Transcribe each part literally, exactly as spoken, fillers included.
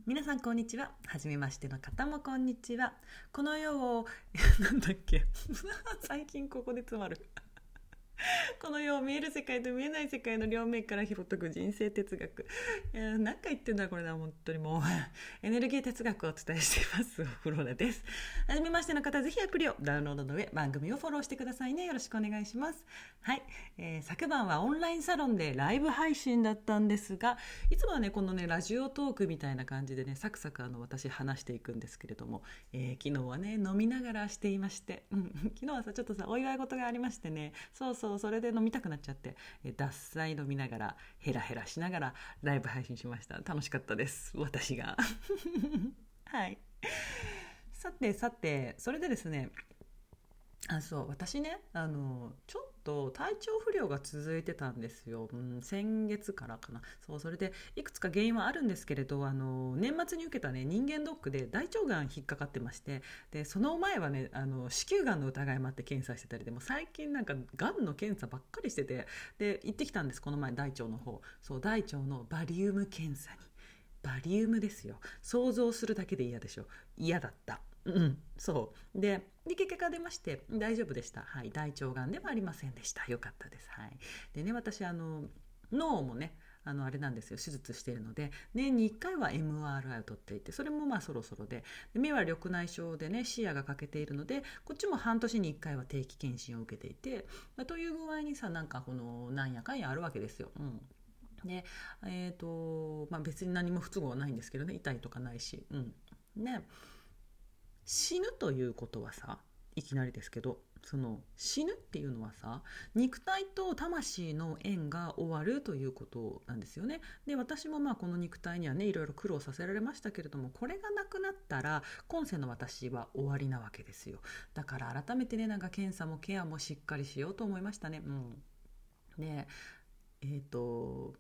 皆さんこんにちは。はじめましての方もこんにちは。この世をなんだっけ最近ここで詰まるこの世を見える世界と見えない世界の両面から紐解く人生哲学。いや何回言ってんだこれな、本当にもうエネルギー哲学をお伝えしていますフローラです。はじめましての方、ぜひアプリをダウンロードの上番組をフォローしてくださいね。よろしくお願いします。はい、えー、昨晩はオンラインサロンでライブ配信だったんですが、いつもはねこのねラジオトークみたいな感じでねサクサクあの私話していくんですけれども、えー、昨日はね飲みながらしていまして、うん、昨日はさちょっとさお祝い事がありましてね、そうそうそれで飲みたくなっちゃって、えー、獺祭飲みながらヘラヘラしながらライブ配信しました。楽しかったです私がはい。さてさて、それでですね、あそう私ねあのちょっと体調不良が続いてたんですよ、うん、先月からかな。そうそれでいくつか原因はあるんですけれど、あの年末に受けたね人間ドックで大腸がん引っかかってまして、でその前はねあの子宮がんの疑いもあって検査してたりで、も最近なんかがんの検査ばっかりしてて、で行ってきたんです、この前大腸の方。そう大腸のバリウム検査に。バリウムですよ。想像するだけで嫌でしょ。嫌だった。うん、そうでで結果が出まして大丈夫でした。はい、大腸がんではありませんでした。よかったです。はい。でね、私あの脳もねあのあれなんですよ、手術しているので年にいっかいは エムアールアイ を取っていて、それもまあそろそろで、で目は緑内障でね視野が欠けているので、こっちも半年にいっかいは定期検診を受けていて、まあ、という具合にさ、なんかこのなんやかんやあるわけですよ。うん。で、えーとまあ、別に何も不都合はないんですけどね、痛いとかないし、うん、ね。死ぬということはさ、いきなりですけど、その死ぬっていうのはさ、肉体と魂の縁が終わるということなんですよね。で私もまあこの肉体にはねいろいろ苦労させられましたけれども、これがなくなったら今世の私は終わりなわけですよ。だから改めてね、なんか検査もケアもしっかりしようと思いましたね。うん。でえっ、ー、と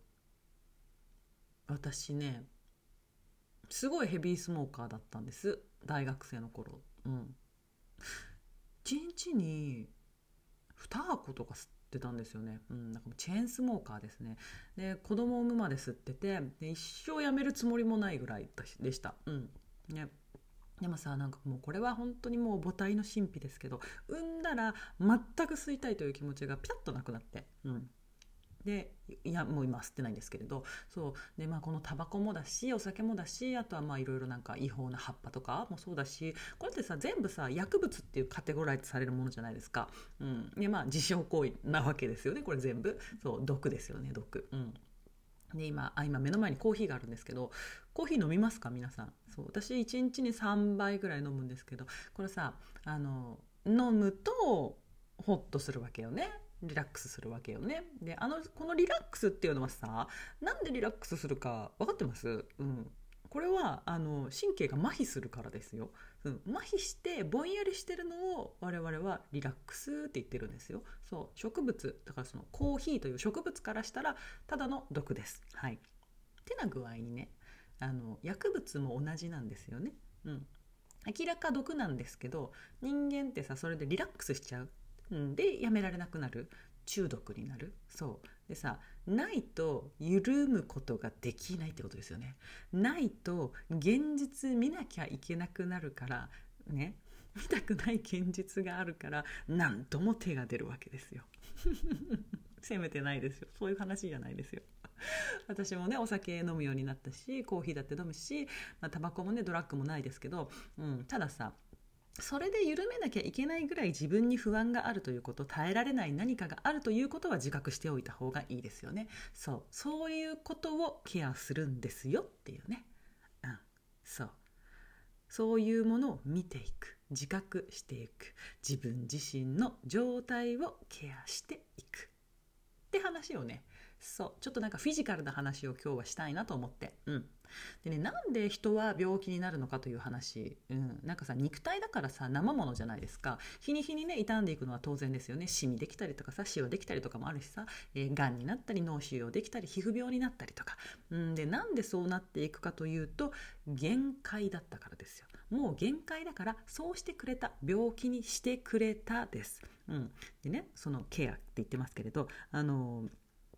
私ねすごいヘビースモーカーだったんです、大学生の頃。うん、いちにちにに箱とか吸ってたんですよね。うん、なんかもうチェーンスモーカーですね。で子供を産むまで吸ってて、で一生やめるつもりもないぐらいでした。うんね。でもさ、なんかもうこれは本当にもう母体の神秘ですけど、産んだら全く吸いたいという気持ちがピタッとなくなって、うん、でいやもう今は吸ってないんですけれど、そうでまあこのタバコもだしお酒もだし、あとはまあいろいろなんか違法な葉っぱとかもそうだし、これってさ全部さ薬物っていうカテゴライズされるものじゃないですか。うん、でまあ自傷行為なわけですよね、これ全部。そう毒ですよね、毒。うん。で今あ今目の前にコーヒーがあるんですけど、コーヒー飲みますか皆さん。そう私いちにちにさんばいぐらい飲むんですけど、これさあの飲むとホッとするわけよね、リラックスするわけよね。であのこのリラックスっていうのはさ、なんでリラックスするか分かってます？うん、これはあの神経が麻痺するからですよ。うん、麻痺してぼんやりしてるのを我々はリラックスって言ってるんですよ。そう植物だから、そのコーヒーという植物からしたらただの毒です。はい。ってな具合にね、あの薬物も同じなんですよね。うん、明らか毒なんですけど、人間ってさそれでリラックスしちゃう、うん、でやめられなくなる、中毒になる。そうでさ、ないと緩むことができないってことですよね。ないと現実見なきゃいけなくなるからね、見たくない現実があるから何とも手が出るわけですよ。責めてないですよ、そういう話じゃないですよ。私もねお酒飲むようになったし、コーヒーだって飲むし、まあ、タバコもねドラッグもないですけど、うん、たださ、それで緩めなきゃいけないぐらい自分に不安があるということ、耐えられない何かがあるということは自覚しておいた方がいいですよね。そうそういうことをケアするんですよっていうね。うん、そうそういうものを見ていく、自覚していく、自分自身の状態をケアしていくって話をね、そうちょっとなんかフィジカルな話を今日はしたいなと思って。うん。でね、なんで人は病気になるのかという話、うん、なんかさ肉体だからさ生ものじゃないですか。日に日にね傷んでいくのは当然ですよね。シミできたりとかさ、シワできたりとかもあるしさ、えー、がんになったり脳腫瘍できたり皮膚病になったりとか、うん、でなんでそうなっていくかというと、限界だったからですよ。もう限界だからそうしてくれた、病気にしてくれたです。うん、でねそのケアって言ってますけれど、あの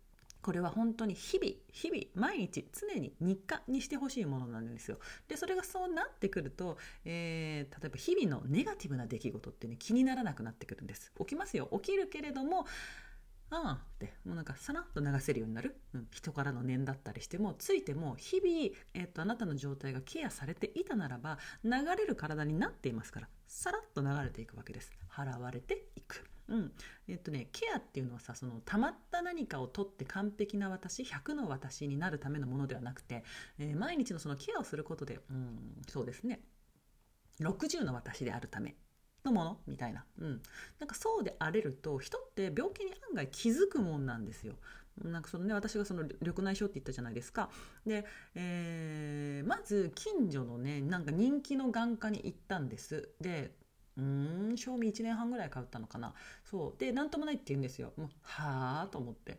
これは本当に日々日々毎日常に日課にしてほしいものなんですよ。でそれがそうなってくると、えー例えば日々のネガティブな出来事ってね気にならなくなってくるんです。起きますよ、起きるけれども、ああってもうなんかさらっと流せるようになる、うん、人からの念だったりしてもついても日々、えっとあなたの状態がケアされていたならば流れる体になっていますから、さらっと流れていくわけです。払われていく。うん、えっとねケアっていうのはさ、その溜まった何かを取って完璧な私ひゃくの私になるためのものではなくて、えー毎日のそのケアをすることで、うん、そうですね、ろくじゅうの私であるためのものみたいな、うん、なんかそうであれると人って病気に案外気づくもんなんですよ。なんかそのね、私がその緑内障って言ったじゃないですか。で、えーまず近所のねなんか人気の眼科に行ったんです。でうーん賞味いちねんはんぐらい通ったのかな。そうでなんともないって言うんですよ。もうはあと思って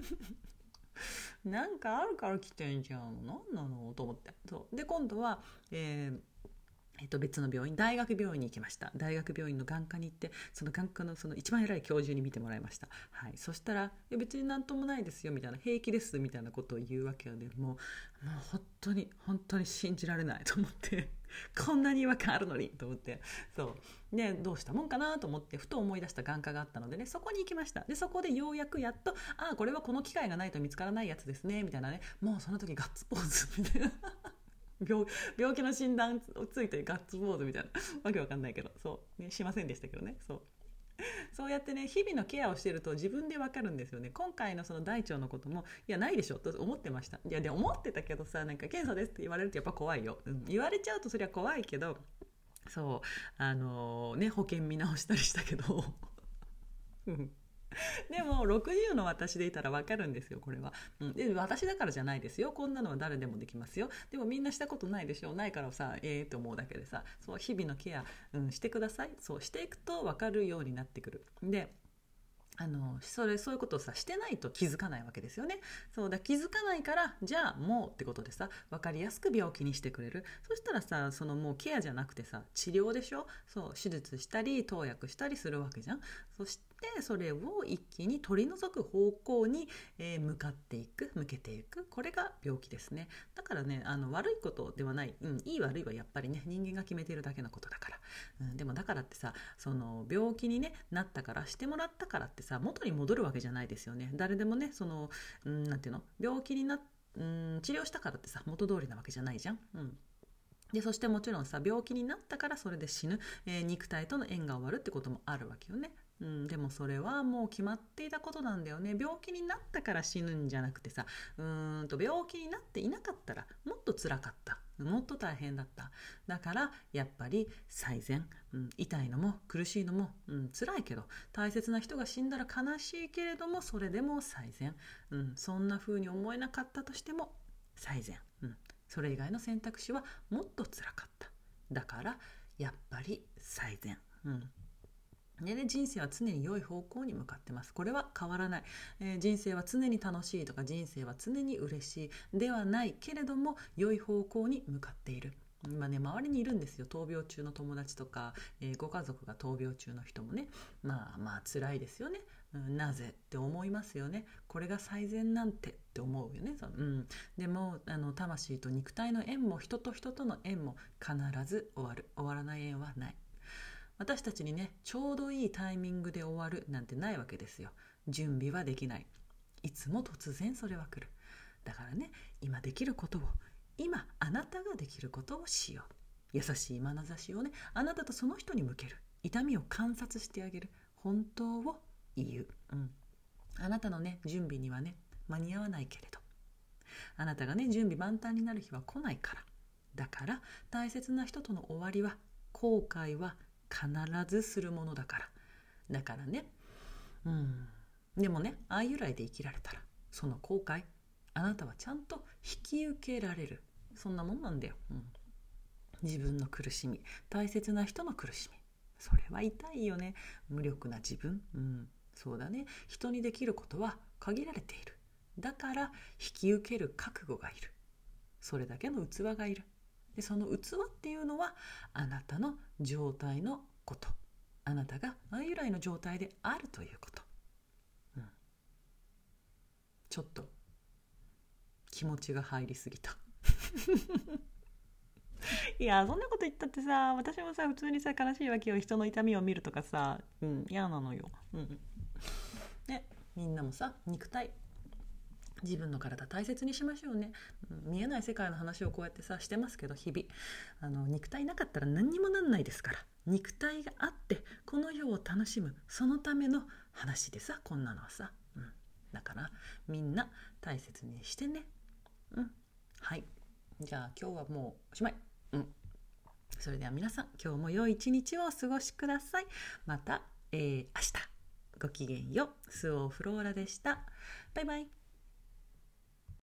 なんかあるから来てんじゃん、なんなのと思って。そうで今度は、えーえっと、別の病院、大学病院に行きました。大学病院の眼科に行って、その眼科のその一番偉い教授に見てもらいました。はい、そしたら、いや別になんともないですよみたいな、平気ですみたいなことを言うわけよね。もう、もう本当に本当に信じられないと思って、こんなに違和感あるのにと思って、そうでどうしたもんかなと思ってふと思い出した眼科があったのでね、そこに行きました。でそこでようやくやっと、ああこれはこの機会がないと見つからないやつですねみたいなね、もうその時ガッツポーズみたいな。病, 病気の診断をついてガッツポーズみたいなわけわかんないけど、そう、ね、しませんでしたけどね。そうそうやってね日々のケアをしていると自分でわかるんですよね。今回のその大腸のこともいやないでしょと思ってました。いやで思ってたけどさ、なんか検査ですって言われるとやっぱ怖いよ、うん、言われちゃうとそりゃ怖いけど、そうあのーね保険見直したりしたけどうんでもろくじゅうの私でいたら分かるんですよこれは、うん、で私だからじゃないですよ、こんなのは誰でもできますよ。でもみんなしたことないでしょ、ないからさええー、と思うだけでさ、そう日々のケア、うん、してください。そうしていくと分かるようになってくる。であのそれそういうことをさしてないと気づかないわけですよね。そうだ気づかないから、じゃあもうってことでさ分かりやすく病気にしてくれる。そしたらさそのもうケアじゃなくてさ治療でしょ。そう手術したり投薬したりするわけじゃん。そしてそれを一気に取り除く方向に、えー向かっていく向けていく、これが病気ですね。だからねあの悪いことではない、うん、いい悪いはやっぱりね人間が決めているだけのことだから、うん、でもだからってさその病気に、ね、なったからしてもらったからってさ元に戻るわけじゃないですよね。誰でもねその、うん、なんていうの病気になっうん治療したからってさ元通りなわけじゃないじゃん。うんでそしてもちろんさ病気になったからそれで死ぬ、えー肉体との縁が終わるってこともあるわけよね。うん、でもそれはもう決まっていたことなんだよね。病気になったから死ぬんじゃなくてさ、うーんと病気になっていなかったらもっと辛かった、もっと大変だった。だからやっぱり最善、うん、痛いのも苦しいのも、うん、辛いけど大切な人が死んだら悲しいけれどもそれでも最善、うん、そんな風に思えなかったとしても最善、うん、それ以外の選択肢はもっと辛かった。だからやっぱり最善、うんでね、人生は常に良い方向に向かってます。これは変わらない、えー人生は常に楽しいとか人生は常に嬉しいではないけれども良い方向に向かっている。今ね周りにいるんですよ、闘病中の友達とか、えーご家族が闘病中の人もね。まあまあ辛いですよね、うん、なぜって思いますよね。これが最善なんてって思うよね。その、うん、でもあの魂と肉体の縁も人と人との縁も必ず終わる、終わらない縁はない。私たちにねちょうどいいタイミングで終わるなんてないわけですよ。準備はできない、いつも突然それは来る。だからね今できることを、今あなたができることをしよう。優しい眼差しをねあなたとその人に向ける、痛みを観察してあげる、本当を言う、うん、あなたのね準備にはね間に合わないけれど、あなたがね準備万端になる日は来ないから。だから大切な人との終わりは後悔は必ずするものだから。だからね、うん、でもねああいうらいで生きられたらその後悔あなたはちゃんと引き受けられる。そんなもんなんだよ、うん、自分の苦しみ、大切な人の苦しみ、それは痛いよね。無力な自分、うん、そうだね。人にできることは限られている。だから引き受ける覚悟がいる。それだけの器がいる。でその器っていうのはあなたの状態のこと、あなたがああいうらいの状態であるということ、うん、 ちょっと気持ちが入りすぎたいやそんなこと言ったってさ、私もさ普通にさ悲しいわけよ、人の痛みを見るとかさ、うん嫌なのよ、うんね、みんなもさ肉体、自分の体大切にしましょうね、うん、見えない世界の話をこうやってさしてますけど、日々あの肉体なかったら何にもなんないですから、肉体があってこの世を楽しむ、そのための話でさ、こんなのはさ、うん、だからみんな大切にしてね。うんはい、じゃあ今日はもうおしまい。うんそれでは皆さん今日も良い一日をお過ごしください。また、えー、明日ごきげんよう。スオフローラでした。バイバイ。